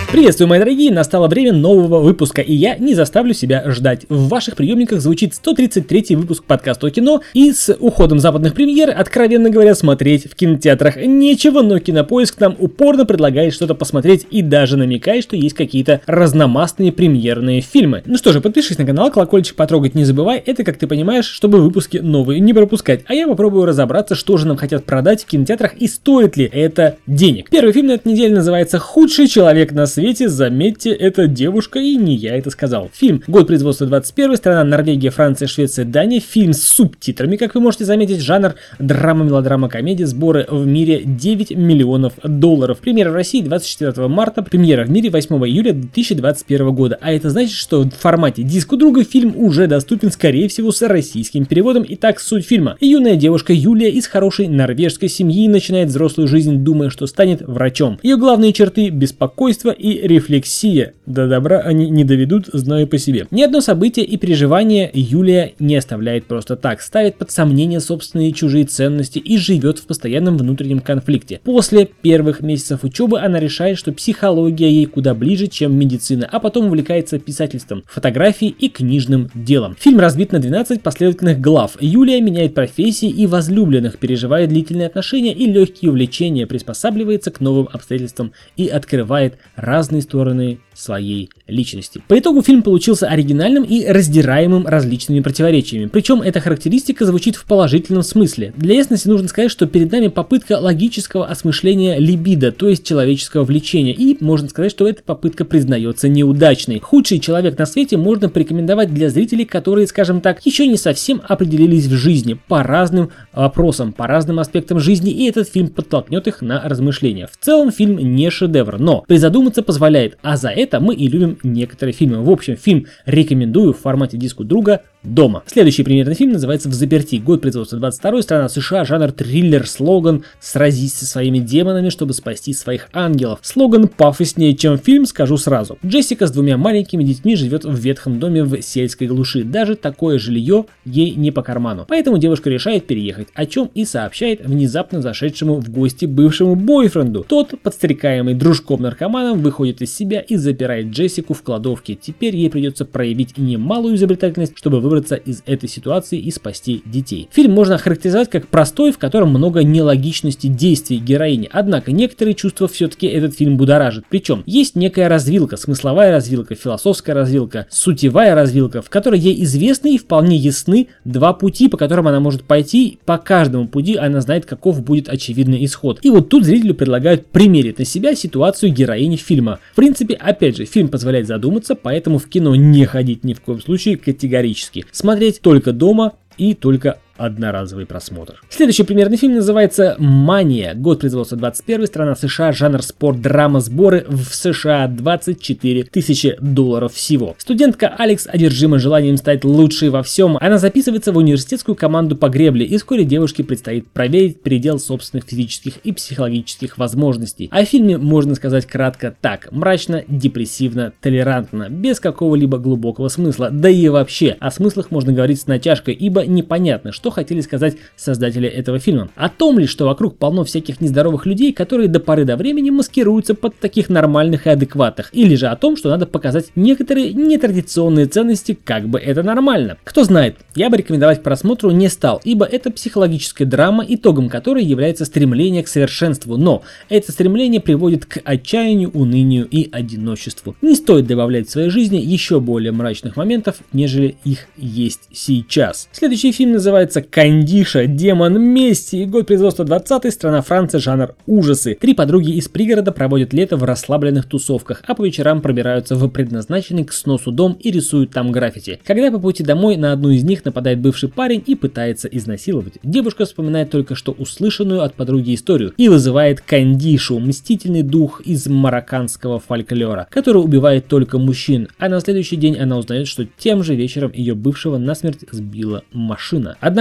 Приветствую, мои дорогие, настало время нового выпуска, и я не заставлю себя ждать. В ваших приемниках звучит 133-й выпуск подкаста о кино, и с уходом западных премьер, откровенно говоря, смотреть в кинотеатрах нечего, но Кинопоиск нам упорно предлагает что-то посмотреть и даже намекает, что есть какие-то разномастные премьерные фильмы. Ну что же, подпишись на канал, колокольчик потрогать не забывай, это, как ты понимаешь, чтобы выпуски новые не пропускать. А я попробую разобраться, что же нам хотят продать в кинотеатрах и стоит ли это денег. Первый фильм на этой неделе называется «Худший человек на свете». Заметьте, это девушка, и не я это сказал. Фильм. Год производства 21, страна Норвегия, Франция, Швеция, Дания. Фильм с субтитрами, как вы можете заметить. Жанр драма, мелодрама, комедия. Сборы в мире $9 миллионов. Премьера в России 24 марта. Премьера в мире 8 июля 2021 года. А это значит, что в формате диск у друга фильм уже доступен, скорее всего, с российским переводом. Итак, суть фильма. Юная девушка Юлия из хорошей норвежской семьи начинает взрослую жизнь, думая, что станет врачом. Ее главные черты — беспокойство и рефлексия. До добра они не доведут, знаю по себе. Ни одно событие и переживание Юлия не оставляет просто так, ставит под сомнение собственные и чужие ценности и живет в постоянном внутреннем конфликте. После первых месяцев учебы она решает, что психология ей куда ближе, чем медицина, а потом увлекается писательством, фотографией и книжным делом. Фильм разбит на 12 последовательных глав. Юлия меняет профессии и возлюбленных, переживает длительные отношения и легкие увлечения, приспосабливается к новым обстоятельствам и открывает разные стороны своей личности. По итогу фильм получился оригинальным и раздираемым различными противоречиями. Причем эта характеристика звучит в положительном смысле. Для ясности нужно сказать, что перед нами попытка логического осмысления либидо, то есть человеческого влечения, и можно сказать, что эта попытка признается неудачной. «Худший человек на свете» можно порекомендовать для зрителей, которые, скажем так, еще не совсем определились в жизни по разным вопросам, по разным аспектам жизни, и этот фильм подтолкнет их на размышления. В целом фильм не шедевр, но призадуматься позволяет, а за это мы и любим некоторые фильмы. В общем, фильм рекомендую в формате диск у друга дома. Следующий премьерный фильм называется «Взаперти». Год производства 22, страна США, жанр триллер, слоган «Сразись со своими демонами, чтобы спасти своих ангелов». Слоган пафоснее, чем фильм, скажу сразу. Джессика с двумя маленькими детьми живет в ветхом доме в сельской глуши. Даже такое жилье ей не по карману. Поэтому девушка решает переехать, о чем и сообщает внезапно зашедшему в гости бывшему бойфренду. Тот, подстрекаемый дружком-наркоманом, выходит из себя и запирает Джессику в кладовке. Теперь ей придется проявить немалую изобретательность, чтобы выбраться из этой ситуации и спасти детей. Фильм можно охарактеризовать как простой, в котором много нелогичности действий героини. Однако некоторые чувства все-таки этот фильм будоражит. Причем есть некая развилка, смысловая развилка, философская развилка, сутевая развилка, в которой ей известны и вполне ясны два пути, по которым она может пойти. По каждому пути она знает, каков будет очевидный исход. И вот тут зрителю предлагают примерить на себя ситуацию героини фильма. В принципе, опять же, фильм позволяет задуматься, поэтому в кино не ходить ни в коем случае категорически. Смотреть только дома и только одноразовый просмотр. Следующий премьерный фильм называется «Мания». Год производства 21, страна США, жанр спорт, драма, сборы в США $24 тысячи всего. Студентка Алекс одержима желанием стать лучшей во всем. Она записывается в университетскую команду по гребле, и вскоре девушке предстоит проверить предел собственных физических и психологических возможностей. О фильме можно сказать кратко так: мрачно, депрессивно, толерантно, без какого-либо глубокого смысла. Да и вообще, о смыслах можно говорить с натяжкой, ибо непонятно, что хотели сказать создатели этого фильма. О том ли, что вокруг полно всяких нездоровых людей, которые до поры до времени маскируются под таких нормальных и адекватных, или же о том, что надо показать некоторые нетрадиционные ценности, как бы это нормально. Кто знает, я бы рекомендовать к просмотру не стал, ибо это психологическая драма, итогом которой является стремление к совершенству, но это стремление приводит к отчаянию, унынию и одиночеству. Не стоит добавлять в своей жизни еще более мрачных моментов, нежели их есть сейчас. Следующий фильм называется «Кандиша. Демон мести». Год производства 20, страна Франция, жанр ужасы. Три подруги из пригорода проводят лето в расслабленных тусовках, а по вечерам пробираются в предназначенный к сносу дом и рисуют там граффити. Когда по пути домой на одну из них нападает бывший парень и пытается изнасиловать, девушка вспоминает только что услышанную от подруги историю и вызывает Кандишу, мстительный дух из марокканского фольклора, который убивает только мужчин, а на следующий день она узнает, что тем же вечером ее бывшего насмерть сбила машина. Однако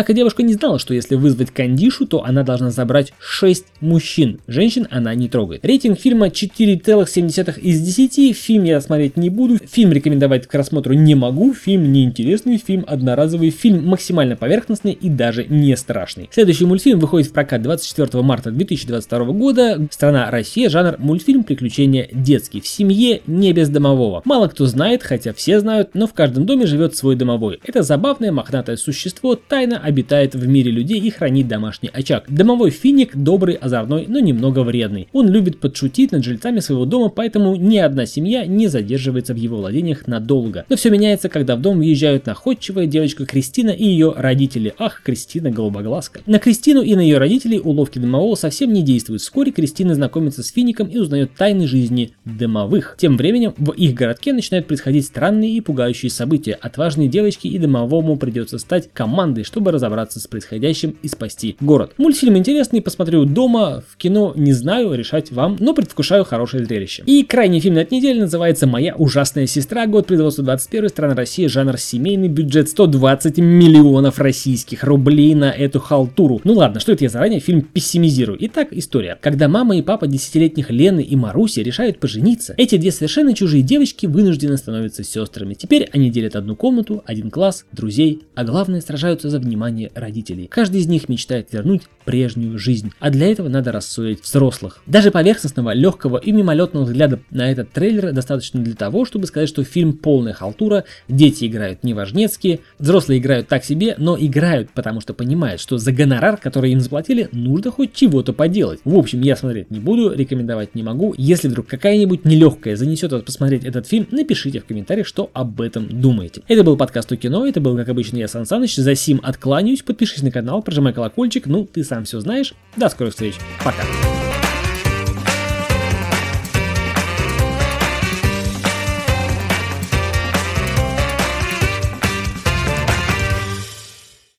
Однако девушка не знала, что если вызвать Кандишу, то она должна забрать 6 мужчин. Женщин она не трогает. Рейтинг фильма 4,7 из 10. Фильм я смотреть не буду. Фильм рекомендовать к просмотру не могу. Фильм неинтересный, фильм одноразовый, фильм максимально поверхностный и даже не страшный. Следующий мультфильм выходит в прокат 24 марта 2022 года. Страна Россия, жанр мультфильм приключения детский. В семье не без домового. Мало кто знает, хотя все знают, но в каждом доме живет свой домовой. Это забавное мохнатое существо тайно обитает в мире людей и хранит домашний очаг. Домовой финик добрый, озорной, но немного вредный. Он любит подшутить над жильцами своего дома, поэтому ни одна семья не задерживается в его владениях надолго. Но все меняется, когда в дом въезжают находчивая девочка Кристина и ее родители. Ах, Кристина голубоглазка. На Кристину и на ее родителей уловки домового совсем не действуют. Вскоре Кристина знакомится с фиником и узнает тайны жизни домовых. Тем временем в их городке начинают происходить странные и пугающие события. Отважные девочки и домовому придется стать командой, чтобы разобраться с происходящим и спасти город. Мультфильм интересный, посмотрю дома, в кино не знаю, решать вам, но предвкушаю хорошее зрелище. И крайний фильм на этой неделе называется «Моя ужасная сестра», год производства 21, страна Россия, жанр семейный, бюджет 120 миллионов российских рублей на эту халтуру. Ну ладно, что это я заранее фильм пессимизирую. Итак, история. Когда мама и папа 10-летних Лены и Маруси решают пожениться, эти две совершенно чужие девочки вынуждены становиться сестрами. Теперь они делят одну комнату, один класс, друзей, а главное сражаются за внимание родителей. Каждый из них мечтает вернуть прежнюю жизнь, а для этого надо рассудить взрослых. Даже поверхностного, легкого и мимолетного взгляда на этот трейлер достаточно для того, чтобы сказать, что фильм полная халтура, дети играют неважнецкие, взрослые играют так себе, но играют, потому что понимают, что за гонорар, который им заплатили, нужно хоть чего-то поделать. В общем, я смотреть не буду, рекомендовать не могу. Если вдруг какая-нибудь нелегкая занесет вас посмотреть этот фильм, напишите в комментариях, что об этом думаете. Это был подкаст о кино, это был, как обычно, я, Сан Саныч. За сим откланяюсь, подпишись на канал, прожимай колокольчик, ну, ты сам все знаешь. До скорых встреч, пока.